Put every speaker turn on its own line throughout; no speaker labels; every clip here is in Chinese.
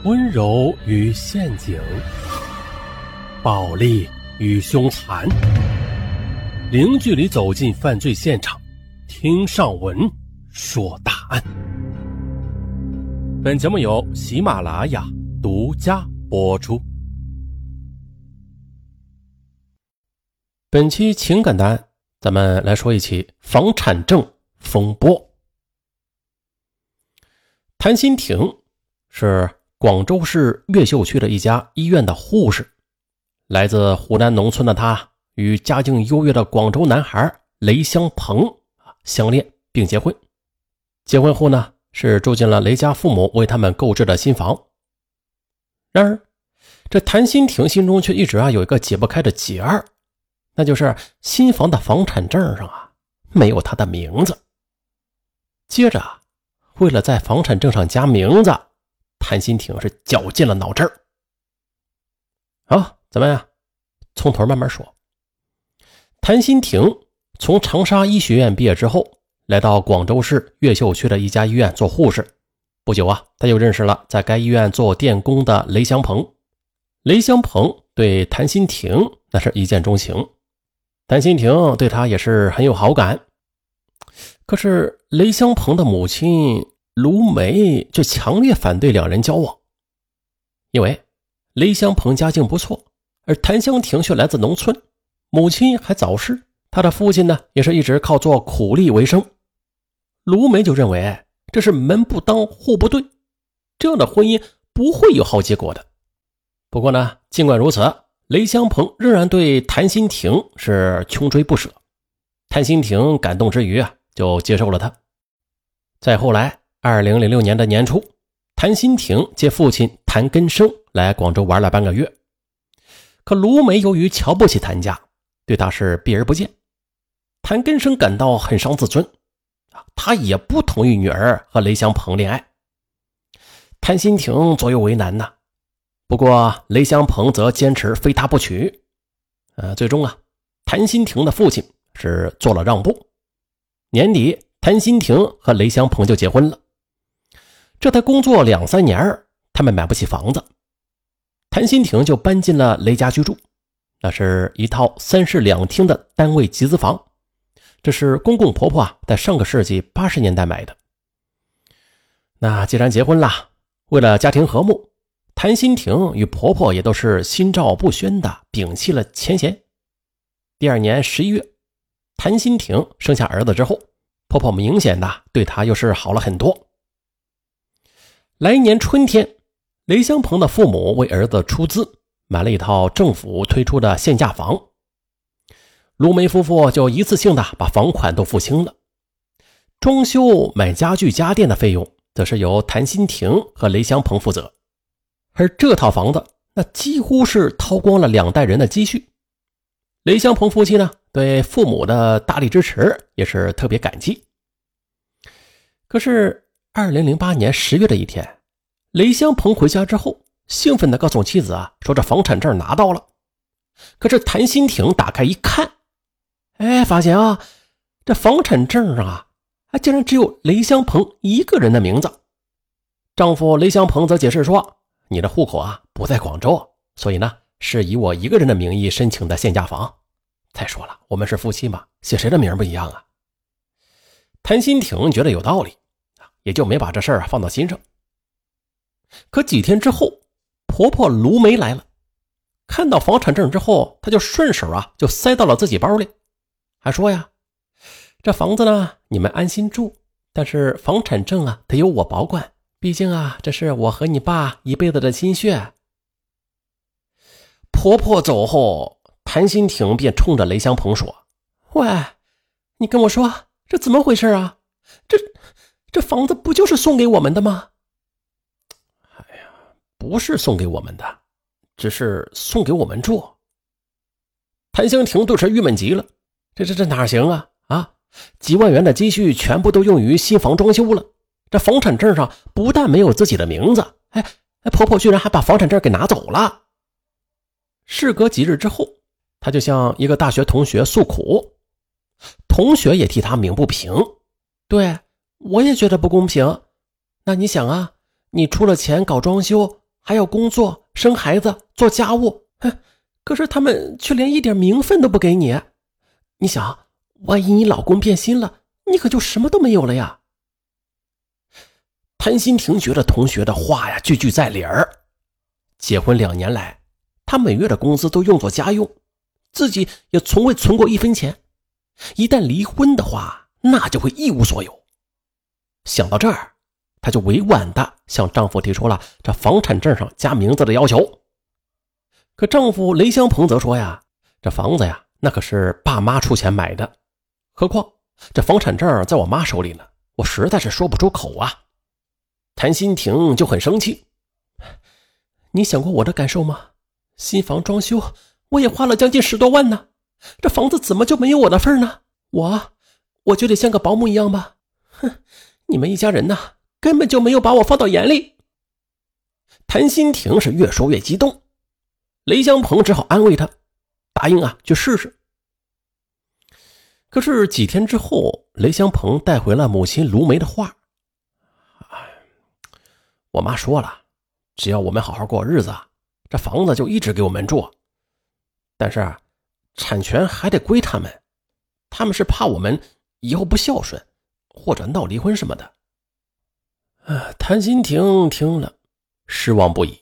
温柔与陷阱，暴力与凶残，零距离走进犯罪现场，听上文说大案。本节目由喜马拉雅独家播出。本期情感的案，咱们来说一起房产证风波。谭新婷是广州市越秀区的一家医院的护士，来自湖南农村的她与家境优越的广州男孩雷香鹏相恋并结婚。结婚后呢，是住进了雷家父母为他们购置的新房。然而这谭新婷心中却一直有一个解不开的结儿，那就是新房的房产证上没有她的名字。接着为了在房产证上加名字，谭新婷是绞尽了脑汁儿。好，咱们从头慢慢说。谭新婷从长沙医学院毕业之后，来到广州市越秀区的一家医院做护士。不久他又认识了在该医院做电工的雷香鹏。雷香鹏对谭新婷那是一见钟情，谭新婷对他也是很有好感。可是雷香鹏的母亲卢梅却强烈反对两人交往，因为雷香鹏家境不错，而谭香婷却来自农村，母亲还早逝，他的父亲呢也是一直靠做苦力为生。卢梅就认为这是门不当户不对，这样的婚姻不会有好结果的。不过呢，尽管如此，雷香鹏仍然对谭新婷是穷追不舍。谭新婷感动之余就接受了他。再后来2006年的年初，谭新婷接父亲谭根生来广州玩了半个月。可卢梅由于瞧不起谭家，对他是避而不见。谭根生感到很伤自尊，他也不同意女儿和雷香鹏恋爱。谭新婷左右为难呐。不过雷香鹏则坚持非他不娶。最终谭新婷的父亲是做了让步。年底谭新婷和雷香鹏就结婚了。这才工作2-3年，他们买不起房子，谭新婷就搬进了雷家居住。那是一套3室2厅的单位集资房，这是公公婆婆在上个世纪80年代买的。那既然结婚了，为了家庭和睦，谭新婷与婆婆也都是心照不宣的摒弃了前嫌。第2年11月，谭新婷生下儿子之后，婆婆明显的对她又是好了很多。来年春天，雷香鹏的父母为儿子出资买了一套政府推出的限价房，卢梅夫妇就一次性的把房款都付清了。装修买家具家电的费用则是由谭新婷和雷香鹏负责。而这套房子那几乎是掏光了2代人的积蓄。雷香鹏夫妻呢，对父母的大力支持也是特别感激。可是2008年10月的一天，雷香鹏回家之后，兴奋地告诉妻子说这房产证拿到了。可是谭新婷打开一看，发现这房产证上竟然只有雷香鹏一个人的名字。丈夫雷香鹏则解释说，你的户口不在广州，所以呢是以我一个人的名义申请的限价房。再说了，我们是夫妻嘛，写谁的名不一样啊。谭新婷觉得有道理，也就没把这事儿放到心上。可几天之后，婆婆卢梅来了，看到房产证之后，她就顺手就塞到了自己包里，还说这房子呢你们安心住，但是房产证得由我保管，毕竟这是我和你爸一辈子的心血。婆婆走后，谭新婷便冲着雷香鹏说，喂，你跟我说这怎么回事啊？这房子不就是送给我们的吗？不是送给我们的，只是送给我们住。谭香婷顿时郁闷极了，这哪行几万元的积蓄全部都用于新房装修了，这房产证上不但没有自己的名字，婆婆居然还把房产证给拿走了。事隔几日之后，她就向一个大学同学诉苦，同学也替她鸣不平，对，我也觉得不公平。那你想你出了钱搞装修， 还要工作、生孩子、做家务，可是他们却连一点名分都不给你。你想，万一你老公变心了，你可就什么都没有了呀。谭新婷觉得同学的话呀句句在理儿。结婚2年来，她每月的工资都用作家用，自己也从未存过1分钱。一旦离婚的话，那就会一无所有。想到这儿，她就委婉地向丈夫提出了这房产证上加名字的要求。可丈夫雷香鹏则说呀，这房子呀，那可是爸妈出钱买的，何况这房产证在我妈手里呢，我实在是说不出口啊。谭新婷就很生气，你想过我的感受吗？新房装修我也花了将近10多万呢，这房子怎么就没有我的份呢？我就得像个保姆一样吧？你们一家人呢，根本就没有把我放到眼里。谭新婷是越说越激动，雷香鹏只好安慰他，答应去试试。可是几天之后，雷香鹏带回了母亲卢梅的话，我妈说了，只要我们好好过日子，这房子就一直给我们住，但是产权还得归他们，他们是怕我们以后不孝顺或者闹离婚什么的。谭新婷听了失望不已。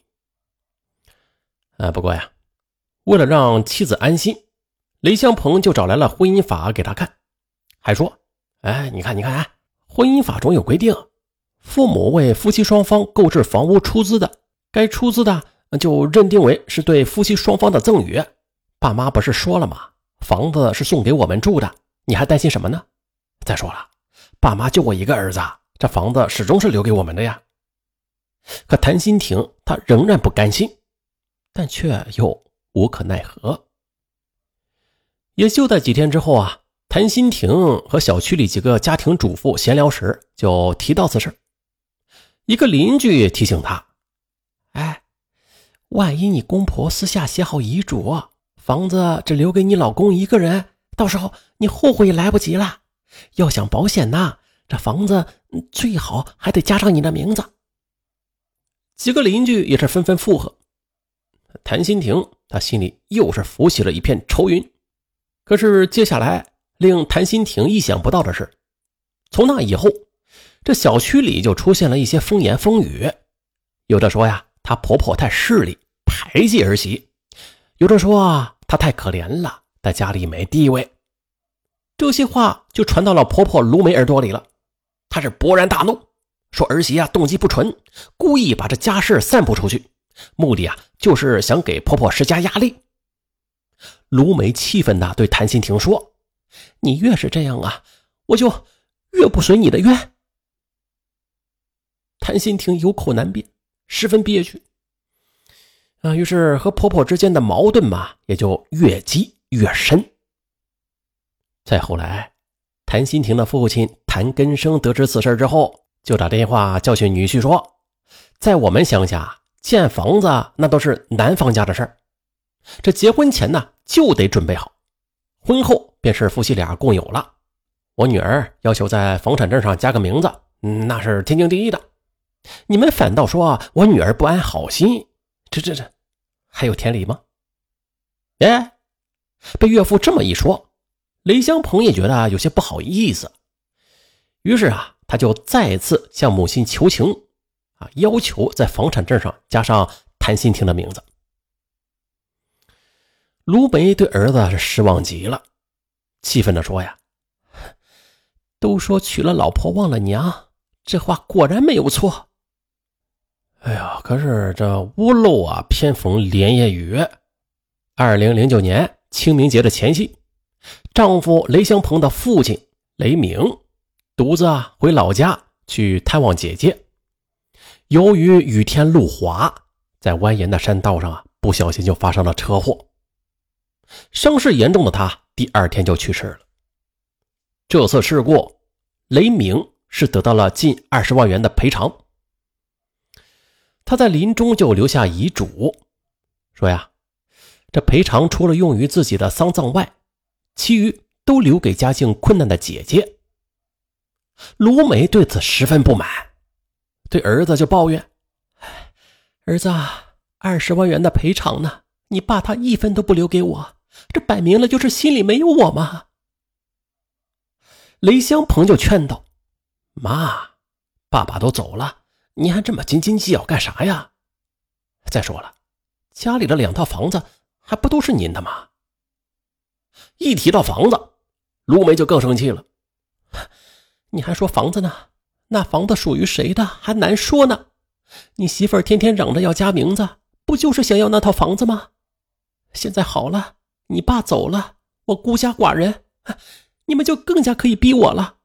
不过呀，为了让妻子安心，雷香鹏就找来了婚姻法给他看，还说你看婚姻法中有规定，父母为夫妻双方购置房屋出资的，该出资的就认定为是对夫妻双方的赠与。爸妈不是说了吗？房子是送给我们住的，你还担心什么呢？再说了，爸妈就我一个儿子，这房子始终是留给我们的呀。可谭新婷她仍然不甘心，但却又无可奈何。也就在几天之后谭新婷和小区里几个家庭主妇闲聊时就提到此事。一个邻居提醒他，万一你公婆私下写好遗嘱，房子只留给你老公一个人，到时候你后悔也来不及了。要想保险呐，这房子最好还得加上你的名字。几个邻居也是纷纷附和。谭新婷他心里又是浮起了一片愁云。可是接下来令谭新婷意想不到的是，从那以后，这小区里就出现了一些风言风语。有的说呀，她婆婆太势利，排挤儿媳；有的说她太可怜了，在家里没地位。这些话就传到了婆婆卢梅耳朵里了，她是勃然大怒，说儿媳动机不纯，故意把这家事散布出去，目的就是想给婆婆施加压力。卢梅气愤地对谭新婷说，你越是这样我就越不随你的愿。谭新婷有口难辩，十分憋屈于是和婆婆之间的矛盾也就越积越深。再后来，谭新婷的父亲谭根生得知此事之后，就打电话教训女婿说，在我们乡下建房子那都是男方家的事儿，这结婚前就得准备好，婚后便是夫妻俩共有了。我女儿要求在房产证上加个名字，那是天经地义的。你们反倒说我女儿不安好心，这还有天理吗？被岳父这么一说，雷香鹏也觉得有些不好意思，于是他就再次向母亲求情要求在房产证上加上谭新婷的名字。卢梅对儿子是失望极了，气愤地说呀，都说娶了老婆忘了娘，这话果然没有错。可是这屋漏偏逢连夜雨。2009年清明节的前夕，丈夫雷香鹏的父亲雷明独自回老家去探望姐姐。由于雨天路滑，在蜿蜒的山道上不小心就发生了车祸。伤势严重的他第2天就去世了。这次事故，雷明是得到了近20万元的赔偿。他在临终就留下遗嘱，说这赔偿除了用于自己的丧葬外，其余都留给家境困难的姐姐。卢梅对此十分不满，对儿子就抱怨， 儿子，20万元的赔偿呢？你爸他1分都不留给我，这摆明了就是心里没有我嘛。雷香鹏就劝道：妈，爸爸都走了，你还这么斤斤计较干啥呀？再说了，家里的2套房子还不都是您的吗？一提到房子，卢梅就更生气了。你还说房子呢？那房子属于谁的还难说呢。你媳妇儿天天嚷着要加名字，不就是想要那套房子吗？现在好了，你爸走了，我孤家寡人，你们就更加可以逼我了。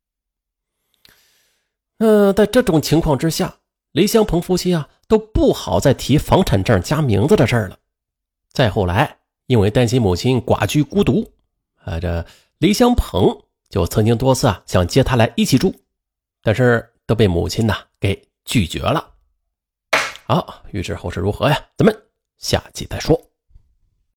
在这种情况之下，雷香鹏夫妻都不好再提房产证加名字的事儿了。再后来，因为担心母亲寡居孤独，这雷香鹏就曾经多次想接她来一起住，但是都被母亲给拒绝了。好，预知后事如何呀？咱们下期再说。